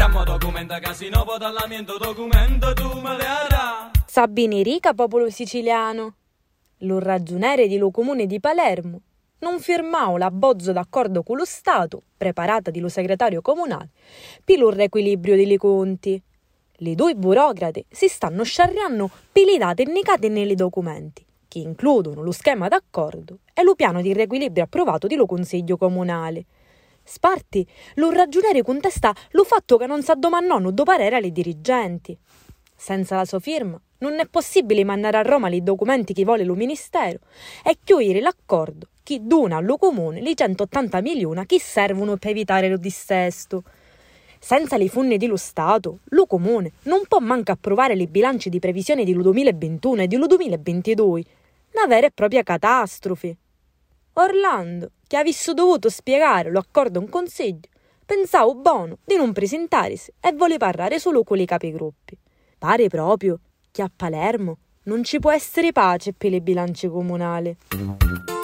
Chiamo documenta casino, potallamento, documento, tu me le arà. Sabini Rica, popolo siciliano. Lo ragioniere di lo comune di Palermo non firmao l'abbozzo d'accordo con lo Stato, preparata di lo segretario comunale, per lo riequilibrio dei conti. Le due burocrati si stanno sciarriando per le date indicate nei documenti, che includono lo schema d'accordo e lo piano di riequilibrio approvato di lo Consiglio Comunale. Sparti, lo ragioniere contesta lo fatto che non sa domandare do parere alle dirigenti. Senza la sua firma non è possibile mandare a Roma i documenti che vuole lo Ministero e chiudere l'accordo che dona allo Comune i 180 milioni che servono per evitare lo dissesto. Senza le fondi dello Stato, lo Comune non può manco approvare le bilanci di previsione di lo 2021 e di lo 2022, una vera e propria catastrofe. Orlando, che avesse dovuto spiegare l'accordo in consiglio, pensavo buono di non presentarsi e vuole parlare solo con i capigruppi. Pare proprio che a Palermo non ci può essere pace per le bilance comunali.